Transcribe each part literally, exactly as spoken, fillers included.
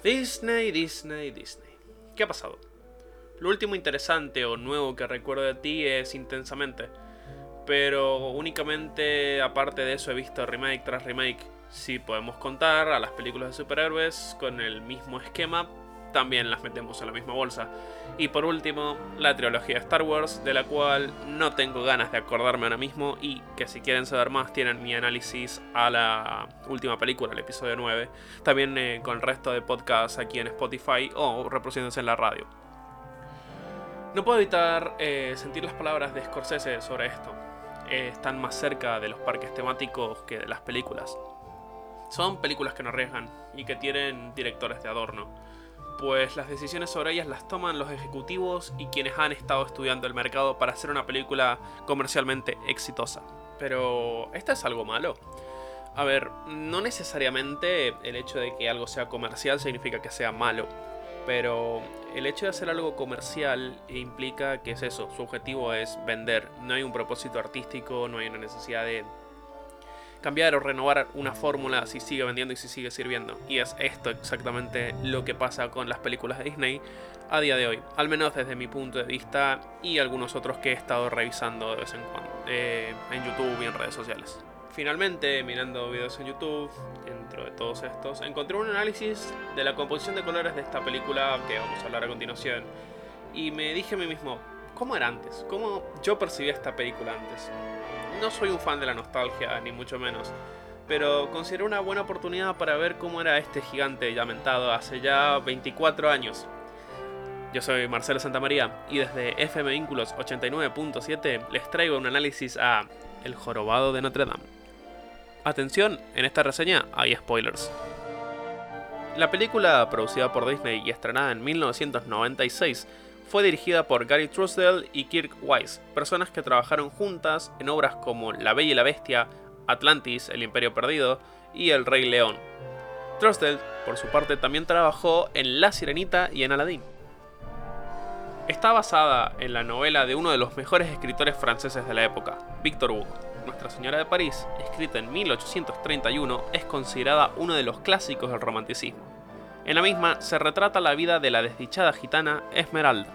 Disney, Disney, Disney. ¿Qué ha pasado? Lo último interesante o nuevo que recuerdo de ti es Intensamente. Pero únicamente, aparte de eso, he visto remake tras remake. Si podemos contar a las películas de superhéroes con el mismo esquema, también las metemos en la misma bolsa. Y por último, la trilogía de Star Wars, de la cual no tengo ganas de acordarme ahora mismo y que si quieren saber más tienen mi análisis a la última película, el episodio nueve, también eh, con el resto de podcasts aquí en Spotify o reproduciéndose en la radio. No puedo evitar eh, sentir las palabras de Scorsese sobre esto. Eh, están más cerca de los parques temáticos que de las películas. Son películas que no arriesgan y que tienen directores de adorno, pues las decisiones sobre ellas las toman los ejecutivos y quienes han estado estudiando el mercado para hacer una película comercialmente exitosa. Pero, ¿esto es algo malo? A ver, no necesariamente el hecho de que algo sea comercial significa que sea malo, pero el hecho de hacer algo comercial implica que es eso, su objetivo es vender, no hay un propósito artístico, no hay una necesidad de cambiar o renovar una fórmula si sigue vendiendo y si sigue sirviendo. Y es esto exactamente lo que pasa con las películas de Disney a día de hoy, al menos desde mi punto de vista y algunos otros que he estado revisando de vez en cuando eh, en YouTube y en redes sociales. Finalmente, mirando videos en YouTube, dentro de todos estos, encontré un análisis de la composición de colores de esta película que vamos a hablar a continuación. Y me dije a mí mismo, ¿cómo era antes? ¿Cómo yo percibía esta película antes? No soy un fan de la nostalgia, ni mucho menos, pero consideré una buena oportunidad para ver cómo era este gigante ya mentado hace ya veinticuatro años. Yo soy Marcelo Santamaría y desde F M Vínculos ochenta y nueve punto siete les traigo un análisis a El Jorobado de Notre Dame. Atención, en esta reseña hay spoilers. La película, producida por Disney y estrenada en mil novecientos noventa y seis, fue dirigida por Gary Trousdale y Kirk Wise, personas que trabajaron juntas en obras como La Bella y la Bestia, Atlantis, El Imperio Perdido y El Rey León. Trousdale, por su parte, también trabajó en La Sirenita y en Aladdin. Está basada en la novela de uno de los mejores escritores franceses de la época, Victor Hugo. Nuestra Señora de París, escrita en mil ochocientos treinta y uno, es considerada uno de los clásicos del romanticismo. En la misma se retrata la vida de la desdichada gitana Esmeralda.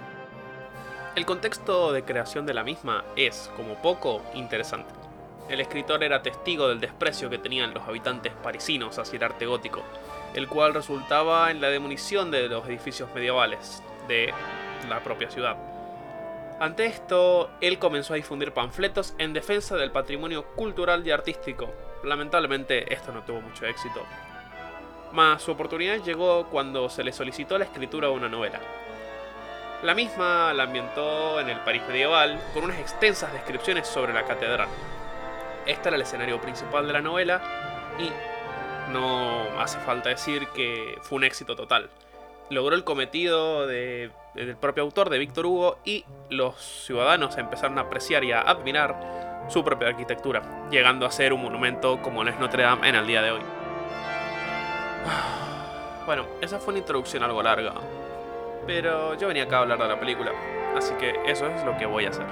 El contexto de creación de la misma es, como poco, interesante. El escritor era testigo del desprecio que tenían los habitantes parisinos hacia el arte gótico, el cual resultaba en la demolición de los edificios medievales de la propia ciudad. Ante esto, él comenzó a difundir panfletos en defensa del patrimonio cultural y artístico. Lamentablemente, esto no tuvo mucho éxito. Mas su oportunidad llegó cuando se le solicitó la escritura de una novela. La misma la ambientó en el París medieval, con unas extensas descripciones sobre la catedral. Este era el escenario principal de la novela y no hace falta decir que fue un éxito total. Logró el cometido de, del propio autor, de Victor Hugo, y los ciudadanos empezaron a apreciar y a admirar su propia arquitectura, llegando a ser un monumento como lo es Notre Dame en el día de hoy. Bueno, esa fue una introducción algo larga, pero yo venía acá a hablar de la película, así que eso es lo que voy a hacer.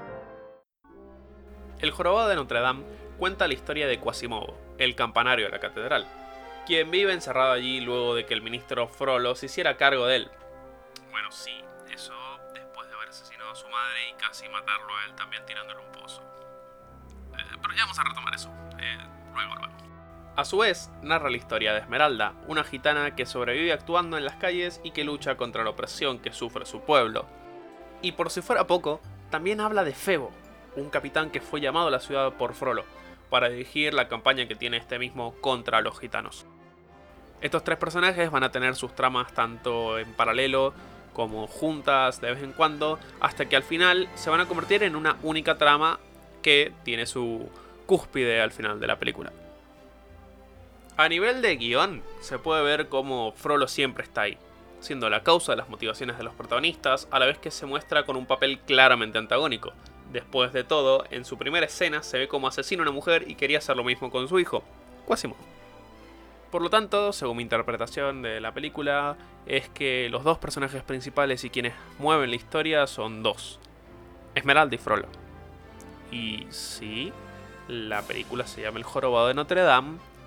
El Jorobado de Notre Dame cuenta la historia de Quasimodo, el campanario de la catedral, quien vive encerrado allí luego de que el ministro Frollo se hiciera cargo de él. Bueno, sí, eso después de haber asesinado a su madre y casi matarlo a él también tirándole un pozo. Eh, pero ya vamos a retomar eso, eh, luego, luego. A su vez, narra la historia de Esmeralda, una gitana que sobrevive actuando en las calles y que lucha contra la opresión que sufre su pueblo. Y por si fuera poco, también habla de Febo, un capitán que fue llamado a la ciudad por Frollo, para dirigir la campaña que tiene este mismo contra los gitanos. Estos tres personajes van a tener sus tramas tanto en paralelo como juntas de vez en cuando, hasta que al final se van a convertir en una única trama que tiene su cúspide al final de la película. A nivel de guión, se puede ver como Frollo siempre está ahí, siendo la causa de las motivaciones de los protagonistas, a la vez que se muestra con un papel claramente antagónico. Después de todo, en su primera escena se ve como asesina a una mujer y quería hacer lo mismo con su hijo, Quasimodo. Por lo tanto, según mi interpretación de la película, es que los dos personajes principales y quienes mueven la historia son dos: Esmeralda y Frollo. Y sí, la película se llama El Jorobado de Notre Dame,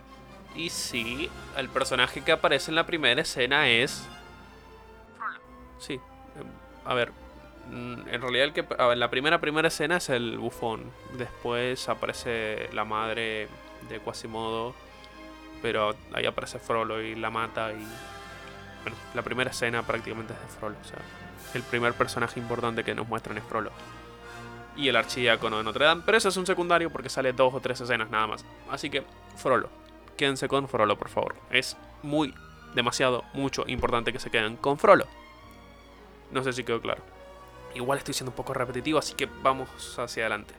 Y sí, el personaje que aparece en la primera escena es... Sí, eh, a ver, mm, en realidad el que a ver, la primera primera escena es el bufón. Después aparece la madre de Quasimodo, pero ahí aparece Frollo y la mata y... Bueno, la primera escena prácticamente es de Frollo, o sea, el primer personaje importante que nos muestran es Frollo. Y el archidiácono de Notre Dame, pero eso es un secundario porque sale dos o tres escenas nada más. Así que, Frollo. Quédense con Frollo, por favor. Es muy, demasiado, mucho importante que se queden con Frollo. No sé si quedó claro. Igual estoy siendo un poco repetitivo, así que vamos hacia adelante.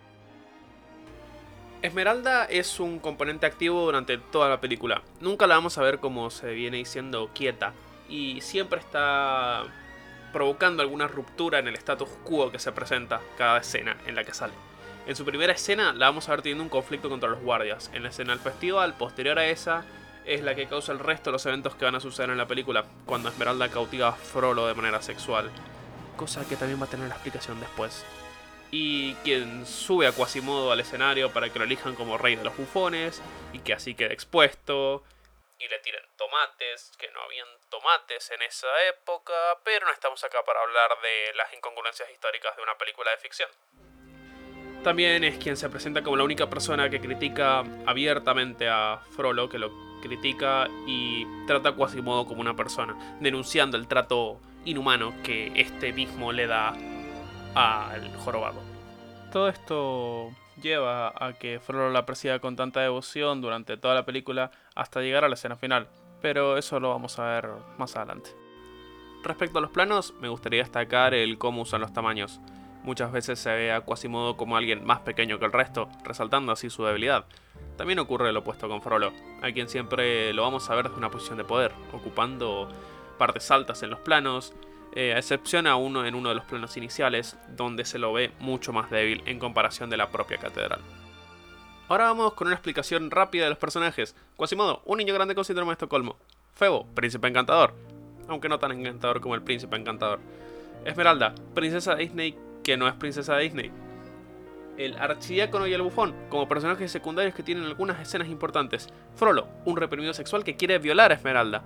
Esmeralda es un componente activo durante toda la película. Nunca la vamos a ver como se viene diciendo quieta. Y siempre está provocando alguna ruptura en el status quo que se presenta cada escena en la que sale. En su primera escena la vamos a ver teniendo un conflicto contra los guardias. En la escena del festival, posterior a esa, es la que causa el resto de los eventos que van a suceder en la película, cuando Esmeralda cautiva a Frollo de manera sexual. Cosa que también va a tener la explicación después. Y quien sube a Quasimodo al escenario para que lo elijan como rey de los bufones, y que así quede expuesto, y le tiren tomates, que no habían tomates en esa época, pero no estamos acá para hablar de las incongruencias históricas de una película de ficción. También es quien se presenta como la única persona que critica abiertamente a Frollo, que lo critica y trata a Quasimodo como una persona, denunciando el trato inhumano que este mismo le da al jorobado. Todo esto lleva a que Frollo la persiga con tanta devoción durante toda la película hasta llegar a la escena final, pero eso lo vamos a ver más adelante. Respecto a los planos, me gustaría destacar el cómo usan los tamaños. Muchas veces se ve a Quasimodo como alguien más pequeño que el resto, resaltando así su debilidad. También ocurre lo opuesto con Frollo, a quien siempre lo vamos a ver desde una posición de poder, ocupando partes altas en los planos, eh, a excepción a uno en uno de los planos iniciales, donde se lo ve mucho más débil en comparación de la propia catedral. Ahora vamos con una explicación rápida de los personajes. Quasimodo, un niño grande con síndrome de Estocolmo. Febo, príncipe encantador, aunque no tan encantador como el príncipe encantador. Esmeralda, princesa Disney que no es princesa Disney. El archidiácono y el bufón, como personajes secundarios que tienen algunas escenas importantes. Frollo, un reprimido sexual que quiere violar a Esmeralda.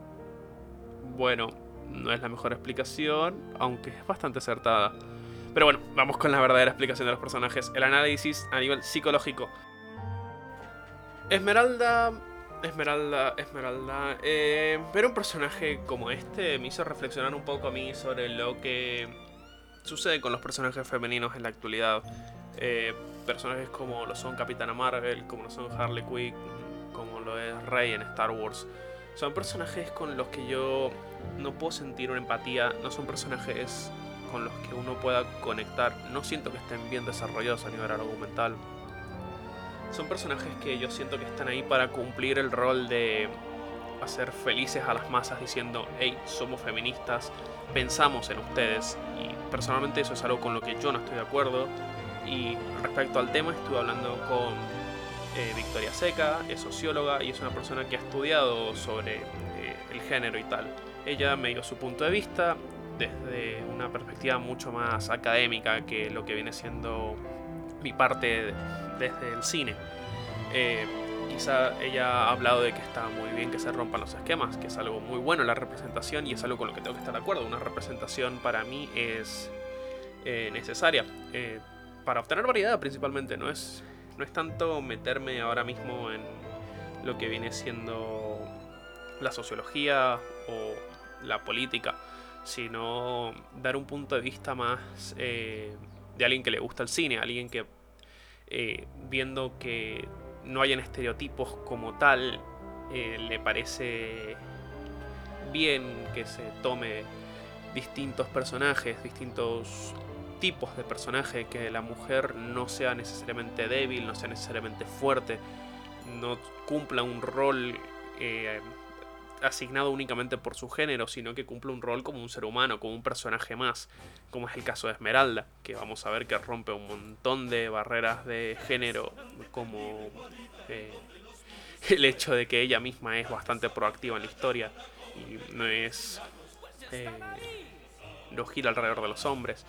Bueno, no es la mejor explicación, aunque es bastante acertada. Pero bueno, vamos con la verdadera explicación de los personajes, el análisis a nivel psicológico. Esmeralda... Esmeralda, Esmeralda... Eh, ver un personaje como este me hizo reflexionar un poco a mí sobre lo que sucede con los personajes femeninos en la actualidad. Eh, personajes como lo son Capitana Marvel, como lo son Harley Quinn, como lo es Rey en Star Wars. Son personajes con los que yo no puedo sentir una empatía, no son personajes con los que uno pueda conectar. No siento que estén bien desarrollados a nivel argumental. Son personajes que yo siento que están ahí para cumplir el rol de hacer felices a las masas diciendo: hey, somos feministas, pensamos en ustedes. Y personalmente eso es algo con lo que yo no estoy de acuerdo. Y respecto al tema estuve hablando con eh, Victoria Seca, es socióloga y es una persona que ha estudiado sobre eh, el género y tal. Ella me dio su punto de vista desde una perspectiva mucho más académica que lo que viene siendo mi parte desde el cine. Eh, quizá ella ha hablado de que está muy bien que se rompan los esquemas, que es algo muy bueno la representación y es algo con lo que tengo que estar de acuerdo. Una representación para mí es eh, necesaria eh, para obtener variedad principalmente. No es, no es tanto meterme ahora mismo en lo que viene siendo la sociología o la política, sino dar un punto de vista más eh, de alguien que le gusta el cine, alguien que eh, viendo que no hayan estereotipos como tal, eh, le parece bien que se tome distintos personajes, distintos tipos de personajes, que la mujer no sea necesariamente débil, no sea necesariamente fuerte, no cumpla un rol eh, asignado únicamente por su género, sino que cumple un rol como un ser humano, como un personaje más, como es el caso de Esmeralda, que vamos a ver que rompe un montón de barreras de género, como eh, el hecho de que ella misma es bastante proactiva en la historia y no es eh, no gira alrededor de los hombres.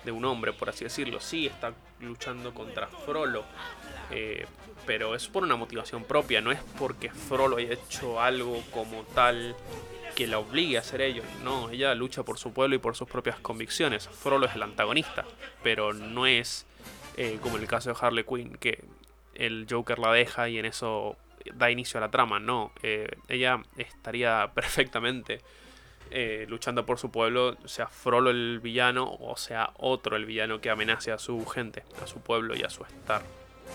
de un hombre, por así decirlo. Sí, está luchando contra Frollo, eh, pero es por una motivación propia, no es porque Frollo haya hecho algo como tal que la obligue a hacer ello. No, ella lucha por su pueblo y por sus propias convicciones. Frollo es el antagonista, pero no es eh, como en el caso de Harley Quinn, que el Joker la deja y en eso da inicio a la trama. No, eh, ella estaría perfectamente eh, luchando por su pueblo, sea Frollo el villano o sea otro el villano que amenace a su gente, a su pueblo y a su estar.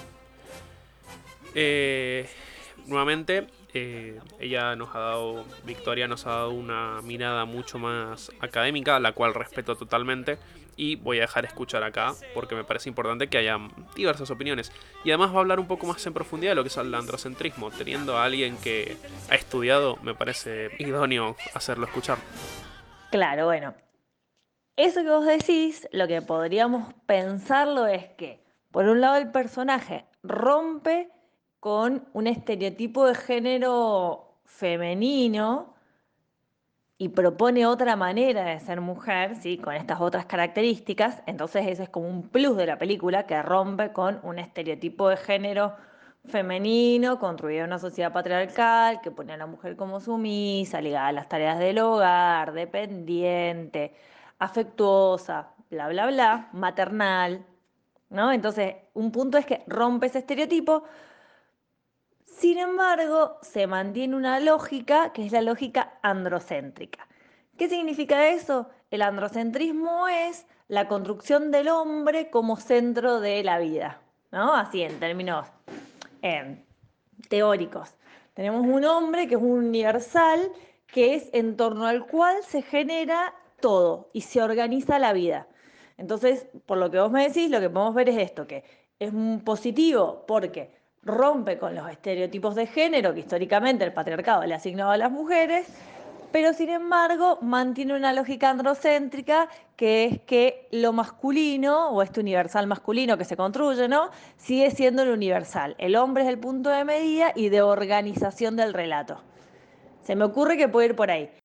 Eh, nuevamente, eh, ella nos ha dado, Victoria nos ha dado una mirada mucho más académica, la cual respeto totalmente. Y voy a dejar escuchar acá porque me parece importante que haya diversas opiniones. Y además va a hablar un poco más en profundidad de lo que es el androcentrismo. Teniendo a alguien que ha estudiado, me parece idóneo hacerlo escuchar. Claro, bueno. Eso que vos decís, lo que podríamos pensarlo es que, por un lado, el personaje rompe con un estereotipo de género femenino y propone otra manera de ser mujer, ¿sí? Con estas otras características. Entonces ese es como un plus de la película que rompe con un estereotipo de género femenino construido en una sociedad patriarcal que pone a la mujer como sumisa, ligada a las tareas del hogar, dependiente, afectuosa, bla, bla, bla, maternal, ¿no? Entonces, un punto es que rompe ese estereotipo. Sin embargo, se mantiene una lógica que es la lógica androcéntrica. ¿Qué significa eso? El androcentrismo es la construcción del hombre como centro de la vida, ¿no? Así en términos eh, teóricos. Tenemos un hombre que es un universal, que es en torno al cual se genera todo y se organiza la vida. Entonces, por lo que vos me decís, lo que podemos ver es esto, que es un positivo porque rompe con los estereotipos de género que históricamente el patriarcado le ha asignado a las mujeres, pero sin embargo mantiene una lógica androcéntrica que es que lo masculino, o este universal masculino que se construye, ¿no? Sigue siendo el universal. El hombre es el punto de medida y de organización del relato. Se me ocurre que puede ir por ahí.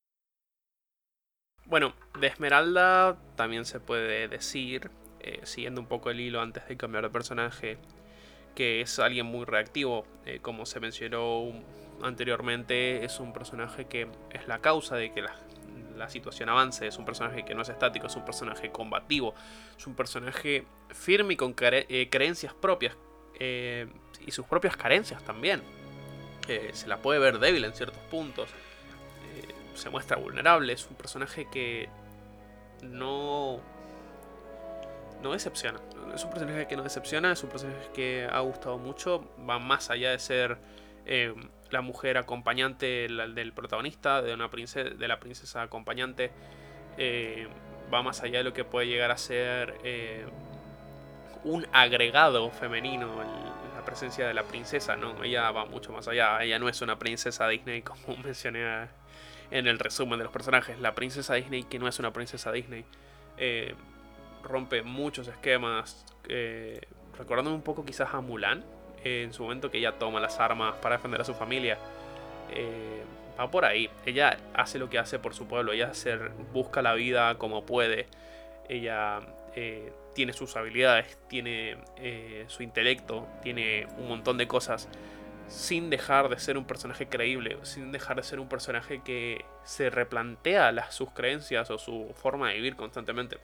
Bueno, de Esmeralda también se puede decir, eh, siguiendo un poco el hilo antes de cambiar de personaje, que es alguien muy reactivo. Eh, como se mencionó anteriormente, es un personaje que es la causa de que la, la situación avance. Es un personaje que no es estático, es un personaje combativo, es un personaje firme y con care eh, creencias propias, eh, y sus propias carencias también. Eh, se la puede ver débil en ciertos puntos, eh, se muestra vulnerable. Es un personaje que no no decepciona. Es un personaje que no decepciona, es un personaje que ha gustado mucho. Va más allá de ser eh, la mujer acompañante del, del protagonista, de, una princesa, de la princesa acompañante. Eh, va más allá de lo que puede llegar a ser eh, un agregado femenino, el, la presencia de la princesa, ¿no? Ella va mucho más allá. Ella no es una princesa Disney, como mencioné en el resumen de los personajes. La princesa Disney que no es una princesa Disney. Eh, rompe muchos esquemas, eh, recordándome un poco quizás a Mulan, eh, en su momento que ella toma las armas para defender a su familia. Eh, va por ahí, ella hace lo que hace por su pueblo, ella hacer, busca la vida como puede, ella eh, tiene sus habilidades, tiene eh, su intelecto, tiene un montón de cosas, sin dejar de ser un personaje creíble, sin dejar de ser un personaje que se replantea las, sus creencias o su forma de vivir constantemente.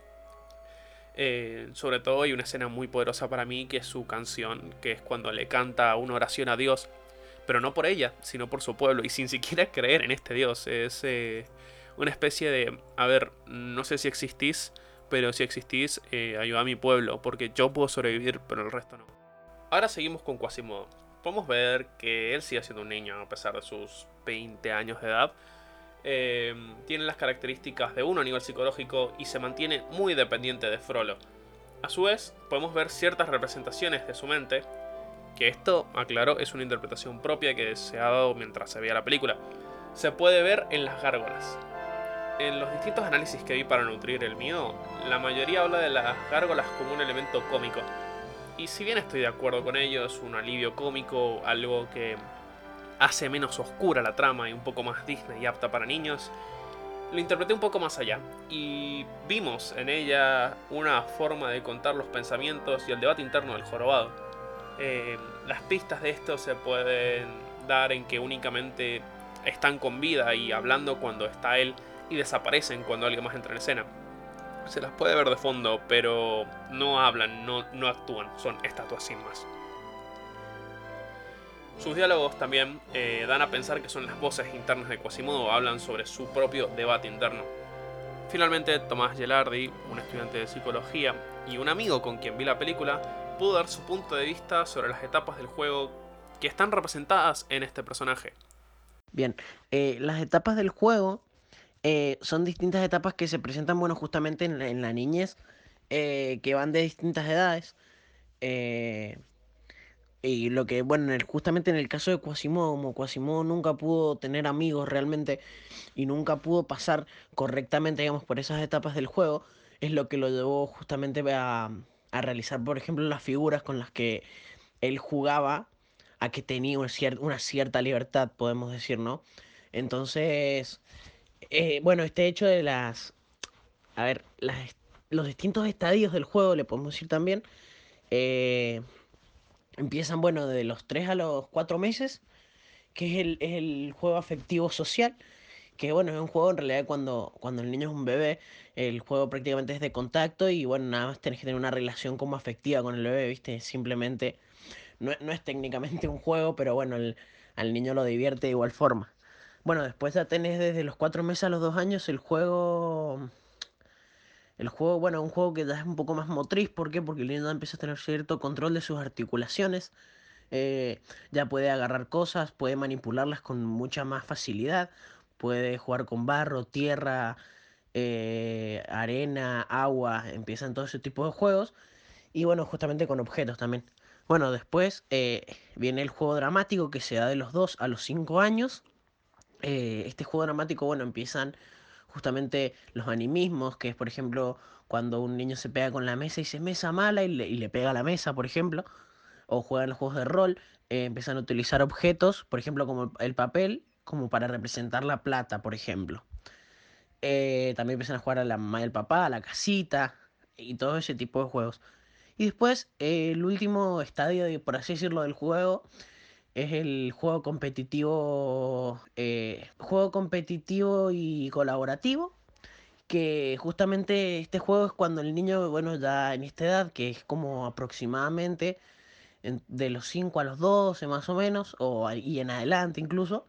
Eh, sobre todo hay una escena muy poderosa para mí, que es su canción, que es cuando le canta una oración a Dios, pero no por ella, sino por su pueblo, y sin siquiera creer en este Dios. Es eh, una especie de, a ver, no sé si existís, pero si existís, eh, ayuda a mi pueblo, porque yo puedo sobrevivir, pero el resto no. Ahora seguimos con Quasimodo. Podemos ver que él sigue siendo un niño a pesar de sus veinte años de edad. Eh, tiene las características de uno a nivel psicológico y se mantiene muy dependiente de Frollo. A su vez, podemos ver ciertas representaciones de su mente, que esto, aclaro, es una interpretación propia que se ha dado mientras se veía la película. Se puede ver en las gárgolas. En los distintos análisis que vi para nutrir el mío, la mayoría habla de las gárgolas como un elemento cómico. Y si bien estoy de acuerdo con ello, es un alivio cómico, algo que hace menos oscura la trama y un poco más Disney y apta para niños, lo interpreté un poco más allá y vimos en ella una forma de contar los pensamientos y el debate interno del jorobado. Eh, las pistas de esto se pueden dar en que únicamente están con vida y hablando cuando está él y desaparecen cuando alguien más entra en escena. Se las puede ver de fondo, pero no hablan, no, no actúan, son estatuas sin más. Sus diálogos también eh, dan a pensar que son las voces internas de Quasimodo, hablan sobre su propio debate interno. Finalmente, Tomás Gelardi, un estudiante de psicología y un amigo con quien vi la película, pudo dar su punto de vista sobre las etapas del juego que están representadas en este personaje. Bien, eh, las etapas del juego eh, son distintas etapas que se presentan, bueno, justamente en la, en la niñez, eh, que van de distintas edades. eh, y lo que, bueno, en el- justamente en el caso de Quasimodo, como Quasimodo nunca pudo tener amigos realmente y nunca pudo pasar correctamente, digamos, por esas etapas del juego, es lo que lo llevó justamente a, a realizar, por ejemplo, las figuras con las que él jugaba, a que tenía una, cier- una cierta libertad, podemos decir, ¿no? Entonces, eh, bueno, este hecho de las, a ver, las, los distintos estadios del juego, le podemos decir también, eh, empiezan, bueno, de los tres a los cuatro meses, que es el, es el juego afectivo social, que bueno, es un juego en realidad cuando, cuando el niño es un bebé, el juego prácticamente es de contacto y bueno, nada más tenés que tener una relación como afectiva con el bebé, ¿viste? Simplemente, no, no es técnicamente un juego, pero bueno, el- al niño lo divierte de igual forma. Bueno, después ya tenés desde los cuatro meses a los dos años el juego. El juego, bueno, un juego que ya es un poco más motriz. ¿Por qué? Porque el niño ya empieza a tener cierto control de sus articulaciones. eh, ya puede agarrar cosas, puede manipularlas con mucha más facilidad. Puede jugar con barro, tierra, eh, arena, agua. Empiezan todo ese tipo de juegos. Y bueno, justamente con objetos también. Bueno, después eh, viene el juego dramático que se da de los dos a los cinco años. Eh, este juego dramático, bueno, empiezan justamente los animismos, que es, por ejemplo, cuando un niño se pega con la mesa y dice mesa mala y le, y le pega a la mesa, por ejemplo, o juegan los juegos de rol, eh, empiezan a utilizar objetos, por ejemplo, como el papel, como para representar la plata, por ejemplo. Eh, también empiezan a jugar a la mamá y el papá, a la casita, y todo ese tipo de juegos. Y después, eh, el último estadio, de- por así decirlo, del juego es el juego competitivo, eh, juego competitivo y colaborativo, que justamente este juego es cuando el niño, bueno, ya en esta edad, que es como aproximadamente en- de los cinco a los doce más o menos, o, a- y en adelante incluso,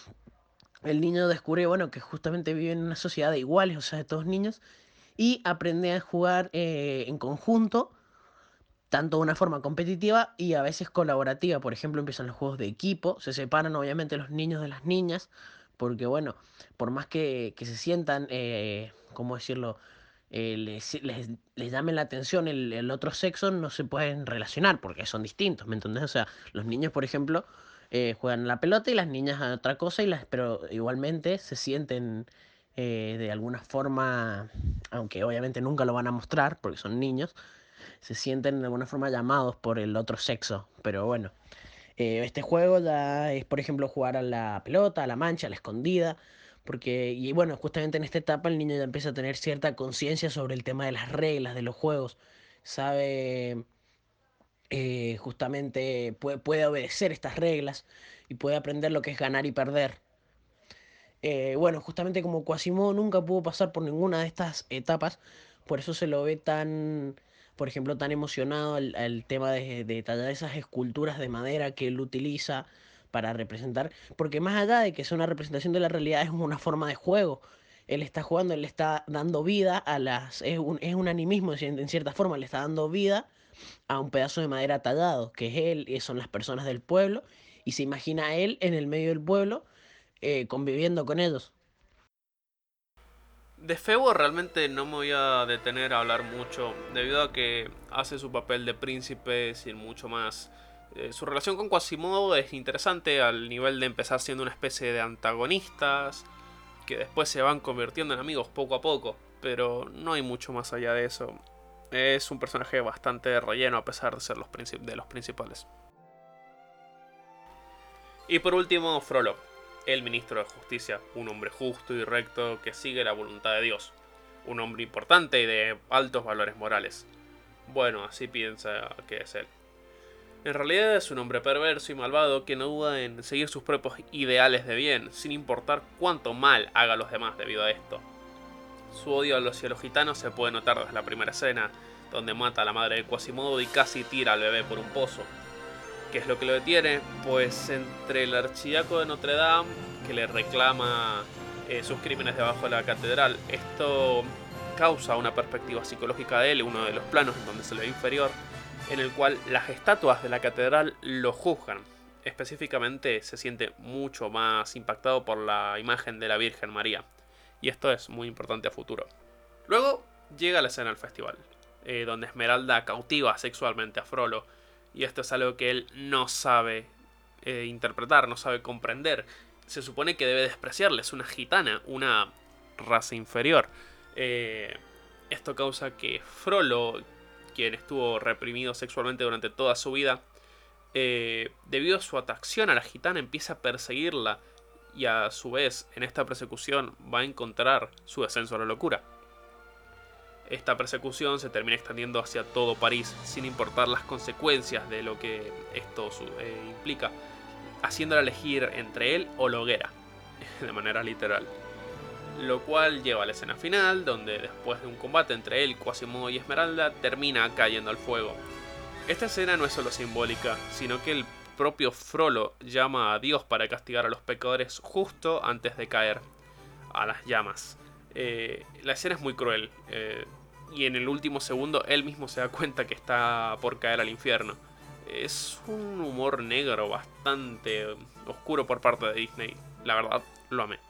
el niño descubre, bueno, que justamente vive en una sociedad de iguales, o sea, de todos niños, y aprende a jugar eh, en conjunto tanto de una forma competitiva y a veces colaborativa. Por ejemplo, empiezan los juegos de equipo, se separan obviamente los niños de las niñas, porque bueno, por más que, que se sientan, eh, ¿cómo decirlo? Eh, les, les, les llamen la atención el, el otro sexo, no se pueden relacionar porque son distintos, ¿me entendés? O sea, los niños, por ejemplo, eh, juegan a la pelota y las niñas a otra cosa, y las, pero igualmente se sienten eh, de alguna forma, aunque obviamente nunca lo van a mostrar porque son niños, se sienten de alguna forma llamados por el otro sexo. Pero bueno, eh, este juego ya es, por ejemplo, jugar a la pelota, a la mancha, a la escondida. Porque, y bueno, justamente en esta etapa el niño ya empieza a tener cierta conciencia sobre el tema de las reglas de los juegos. Sabe, eh, justamente puede, puede obedecer estas reglas y puede aprender lo que es ganar y perder. Eh, bueno, justamente como Quasimodo nunca pudo pasar por ninguna de estas etapas, por eso se lo ve tan, por ejemplo, tan emocionado al, al tema de, de tallar esas esculturas de madera que él utiliza para representar, porque más allá de que sea una representación de la realidad, es una forma de juego. Él está jugando, él le está dando vida a las... Es un, es un animismo en en cierta forma, le está dando vida a un pedazo de madera tallado, que es él, y son las personas del pueblo, y se imagina a él en el medio del pueblo eh, conviviendo con ellos. De Febo realmente no me voy a detener a hablar mucho, debido a que hace su papel de príncipe sin mucho más. Eh, su relación con Quasimodo es interesante al nivel de empezar siendo una especie de antagonistas, que después se van convirtiendo en amigos poco a poco, pero no hay mucho más allá de eso. Es un personaje bastante de relleno a pesar de ser los de los principales. Y por último, Frollo. el ministro de Justicia, un hombre justo y recto que sigue la voluntad de Dios, un hombre importante y de altos valores morales. Bueno, así piensa que es él. En realidad es un hombre perverso y malvado que no duda en seguir sus propios ideales de bien, sin importar cuánto mal haga a los demás debido a esto. Su odio a los cielos gitanos se puede notar desde la primera escena, donde mata a la madre de Quasimodo y casi tira al bebé por un pozo. ¿Qué es lo que lo detiene? Pues entre el archidiaco de Notre Dame, que le reclama eh, sus crímenes debajo de la catedral, esto causa una perspectiva psicológica de él, uno de los planos en donde se le ve inferior, en el cual las estatuas de la catedral lo juzgan. Específicamente se siente mucho más impactado por la imagen de la Virgen María. Y esto es muy importante a futuro. Luego llega la escena del festival, eh, donde Esmeralda cautiva sexualmente a Frollo. Y esto es algo que él no sabe eh, interpretar, no sabe comprender. Se supone que debe despreciarle, es una gitana, una raza inferior. Eh, esto causa que Frollo, quien estuvo reprimido sexualmente durante toda su vida, eh, debido a su atracción a la gitana, empieza a perseguirla y a su vez en esta persecución va a encontrar su descenso a la locura. Esta persecución se termina extendiendo hacia todo París sin importar las consecuencias de lo que esto eh, implica, haciéndola elegir entre él o la hoguera, de manera literal. Lo cual lleva a la escena final, donde después de un combate entre él, Quasimodo y Esmeralda, termina cayendo al fuego. Esta escena no es solo simbólica, sino que el propio Frollo llama a Dios para castigar a los pecadores justo antes de caer a las llamas. Eh, la escena es muy cruel, eh, y en el último segundo él mismo se da cuenta que está por caer al infierno. Es un humor negro bastante oscuro por parte de Disney. La verdad, lo amé.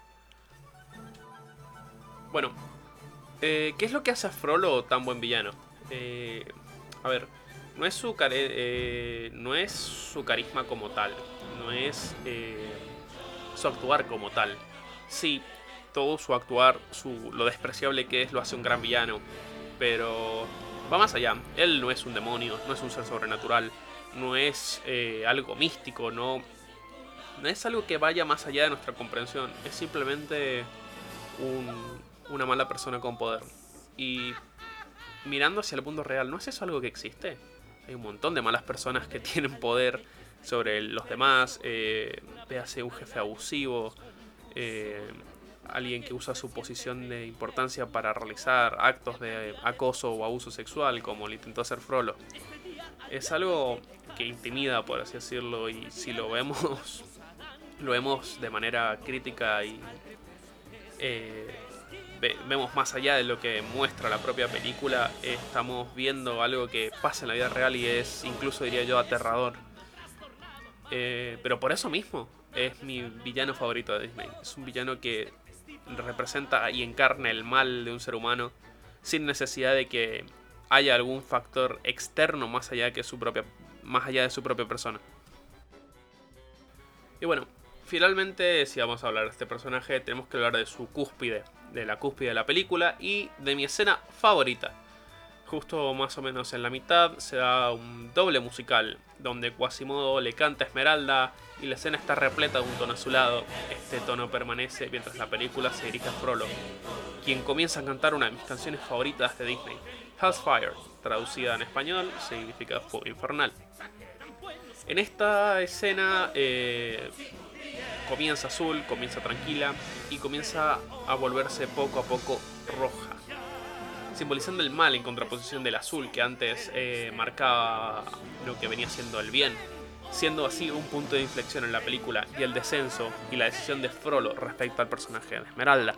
Bueno, eh, ¿qué es lo que hace a Frollo tan buen villano? Eh, a ver, no es su care eh, no es su carisma como tal, no es eh, su actuar como tal. Sí, todo su actuar, su, lo despreciable que es, lo hace un gran villano, pero va más allá. Él no es un demonio, no es un ser sobrenatural, no es eh, algo místico, no, no es algo que vaya más allá de nuestra comprensión. Es simplemente un, una mala persona con poder. Y mirando hacia el mundo real, ¿no es eso algo que existe? Hay un montón de malas personas que tienen poder sobre los demás. Eh, véase un jefe abusivo, eh, alguien que usa su posición de importancia para realizar actos de acoso o abuso sexual, como lo intentó hacer Frollo. Es algo que intimida, por así decirlo, y si lo vemos, lo vemos de manera crítica y eh, ve, vemos más allá de lo que muestra la propia película. Estamos viendo algo que pasa en la vida real y es, incluso diría yo, aterrador. Eh, pero por eso mismo es mi villano favorito de Disney. Es un villano que representa y encarna el mal de un ser humano sin necesidad de que haya algún factor externo más allá que su propia, más allá de su propia persona. Y bueno, finalmente, si vamos a hablar de este personaje, tenemos que hablar de su cúspide, de la cúspide de la película y de mi escena favorita. Justo más o menos en la mitad se da un doble musical, donde Quasimodo le canta a Esmeralda y la escena está repleta de un tono azulado. Este tono permanece mientras la película se dirige a Frollo, quien comienza a cantar una de mis canciones favoritas de Disney, Hell's Fire, traducida en español, significa fuego infernal. En esta escena eh, comienza azul, comienza tranquila y comienza a volverse poco a poco roja, simbolizando el mal en contraposición del azul que antes eh, marcaba lo que venía siendo el bien, siendo así un punto de inflexión en la película y el descenso y la decisión de Frollo respecto al personaje de Esmeralda.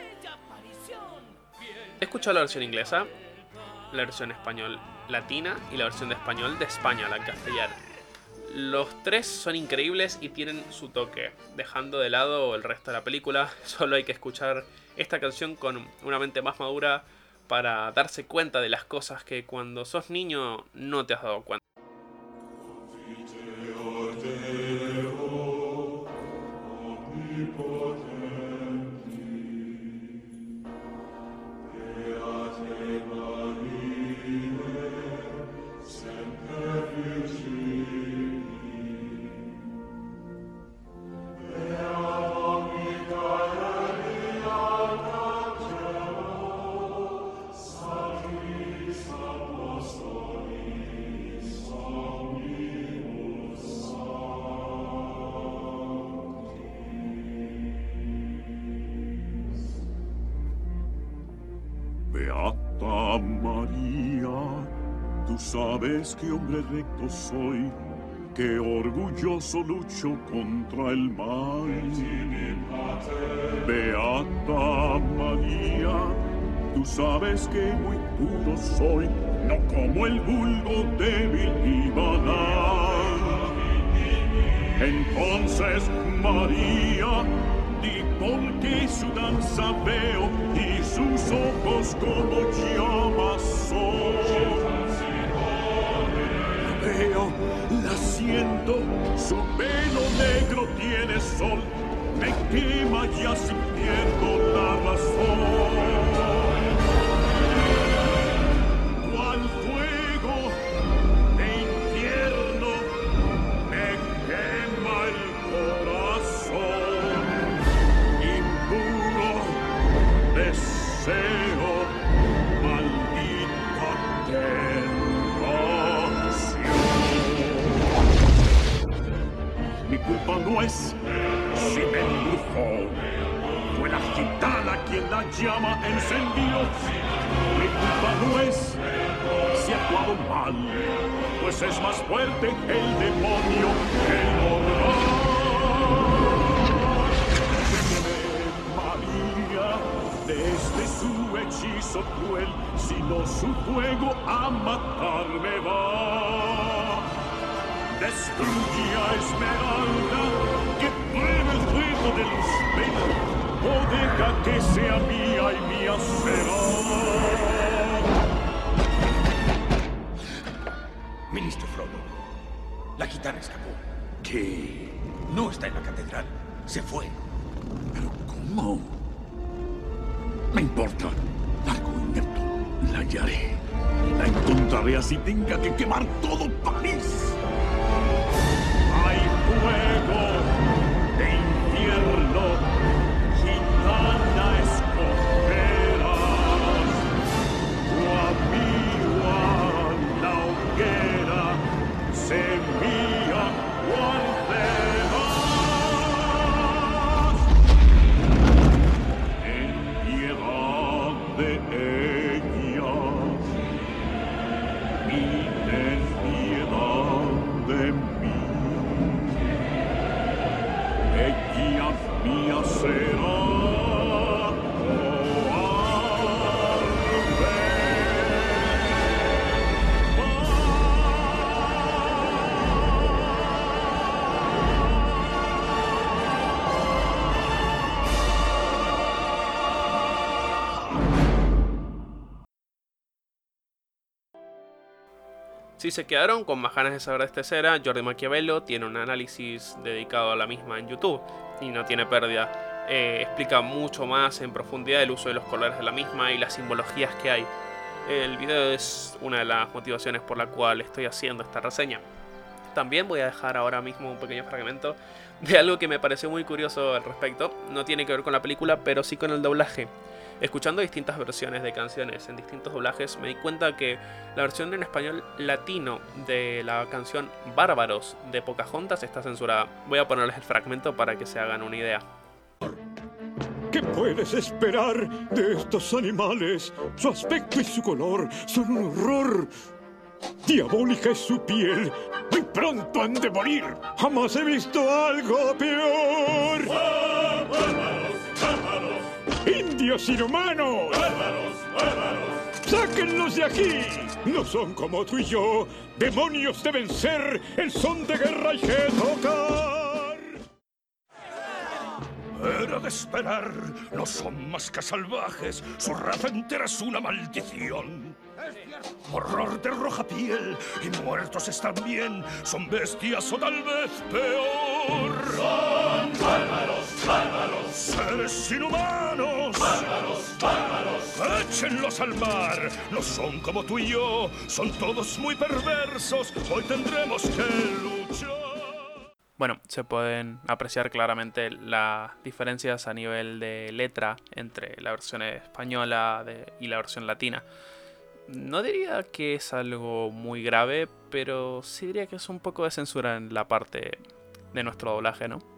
He escuchado la versión inglesa, la versión español latina y la versión de español de España, la castellana. Los tres son increíbles y tienen su toque. Dejando de lado el resto de la película, solo hay que escuchar esta canción con una mente más madura para darse cuenta de las cosas que cuando sos niño no te has dado cuenta. Beata Beata María, tú sabes que hombre recto soy, que orgulloso lucho contra el mal. Beata María, tú sabes que muy puro soy, no como el vulgo débil y banal. Entonces, María, di por qué su danza veo y sus ojos como llamas son. La veo, la siento, su pelo negro tiene sol, me quema ya si pierdo la razón. Cual fuego de infierno me quema el corazón, impuro deseo, maldita tentación. Mi culpa no es si me embrujó, fue la gitana quien la llama encendió. Mi culpa no es si he actuado mal, pues es más fuerte el demonio que el horror. María, desde su hechizo cruel, sino su fuego a matarme va. Destruye a Esmeralda, que pruebe el fuego de luz bella, o deja que sea mía y mía será. Ministro Frodo, la gitana escapó. ¿Qué? No está en la catedral. Se fue. ¿Pero cómo? Me importa. Largo inepto. La hallaré. La encontraré así tenga que quemar todo París. Hay fuego de infierno, gitana escogerás, o a mí o a la hoguera, semilla guardarás. En piedad de ellas y ten piedad de mí. Ella mía será, oh Si se quedaron con más ganas de saber de esta escena, Jordi Maquiavelo tiene un análisis dedicado a la misma en YouTube y no tiene pérdida. Eh, explica mucho más en profundidad el uso de los colores de la misma y las simbologías que hay. El video es una de las motivaciones por la cual estoy haciendo esta reseña. También voy a dejar ahora mismo un pequeño fragmento de algo que me pareció muy curioso al respecto. No tiene que ver con la película, pero sí con el doblaje. Escuchando distintas versiones de canciones en distintos doblajes, me di cuenta que la versión en español latino de la canción Bárbaros de Pocahontas está censurada. Voy a ponerles el fragmento para que se hagan una idea. ¿Qué puedes esperar de estos animales? Su aspecto y su color son un horror. Diabólica es su piel. Muy pronto han de morir. Jamás he visto algo peor. ¡Bárbaros! ¡Bárbaros! ¡Indios inhumanos! ¡Bárbaros! ¡Bárbaros! ¡Sáquenlos de aquí! No son como tú y yo. Demonios deben ser. El son de guerra hay que tocar. Era de esperar. No son más que salvajes. Su raza entera es una maldición. Horror de roja piel y muertos están bien. Son bestias o tal vez peor. Son bárbaros, bárbaros. Seres inhumanos. Bárbaros, bárbaros. Échenlos al mar. No son como tú y yo. Son todos muy perversos. Hoy tendremos que luchar. Bueno, se pueden apreciar claramente las diferencias a nivel de letra entre la versión española de, y la versión latina. No diría que es algo muy grave, pero sí diría que es un poco de censura en la parte de nuestro doblaje, ¿no?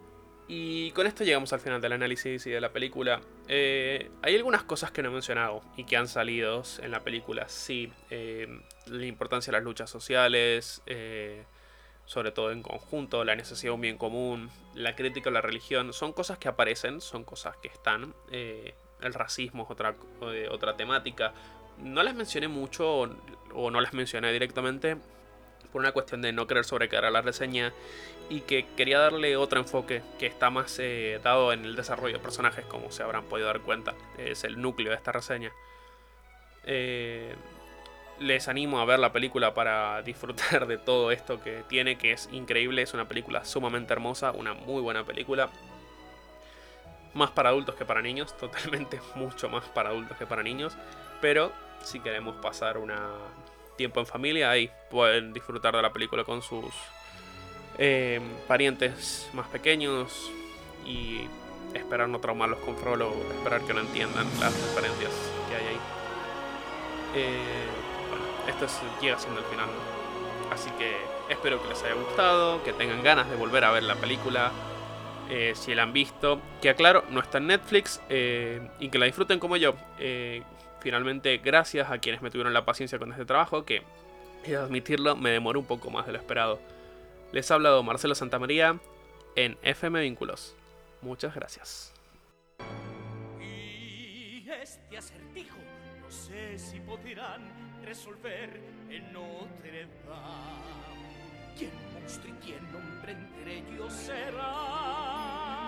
Y con esto llegamos al final del análisis y de la película. Eh, hay algunas cosas que no he mencionado y que han salido en la película. Sí, eh, la importancia de las luchas sociales, eh, sobre todo en conjunto, la necesidad de un bien común, la crítica a la religión, son cosas que aparecen, son cosas que están. Eh, el racismo es otra, eh, otra temática. No las mencioné mucho o, o no las mencioné directamente por una cuestión de no querer sobrecargar la reseña y que quería darle otro enfoque que está más eh, dado en el desarrollo de personajes, como se habrán podido dar cuenta. Es el núcleo de esta reseña. Eh, les animo a ver la película para disfrutar de todo esto que tiene, que es increíble. Es una película sumamente hermosa, una muy buena película. Más para adultos que para niños, totalmente mucho más para adultos que para niños. Pero si queremos pasar un tiempo en familia, ahí pueden disfrutar de la película con sus eh, parientes más pequeños y esperar no traumarlos con Frollo, esperar que no entiendan las referencias que hay ahí. Eh, bueno, esto es, llega siendo el final, ¿no? Así que espero que les haya gustado, que tengan ganas de volver a ver la película. Eh, si la han visto, que aclaro, no está en Netflix, eh, y que la disfruten como yo. Eh, finalmente, gracias a quienes me tuvieron la paciencia con este trabajo, que, he de admitirlo, me demoró un poco más de lo esperado. Les ha hablado Marcelo Santamaría en F M Vínculos. Muchas gracias. Y este acertijo, no sé si podrán resolver en Notre Dame. ¿Quién monstruo y quién hombre entre ellos será?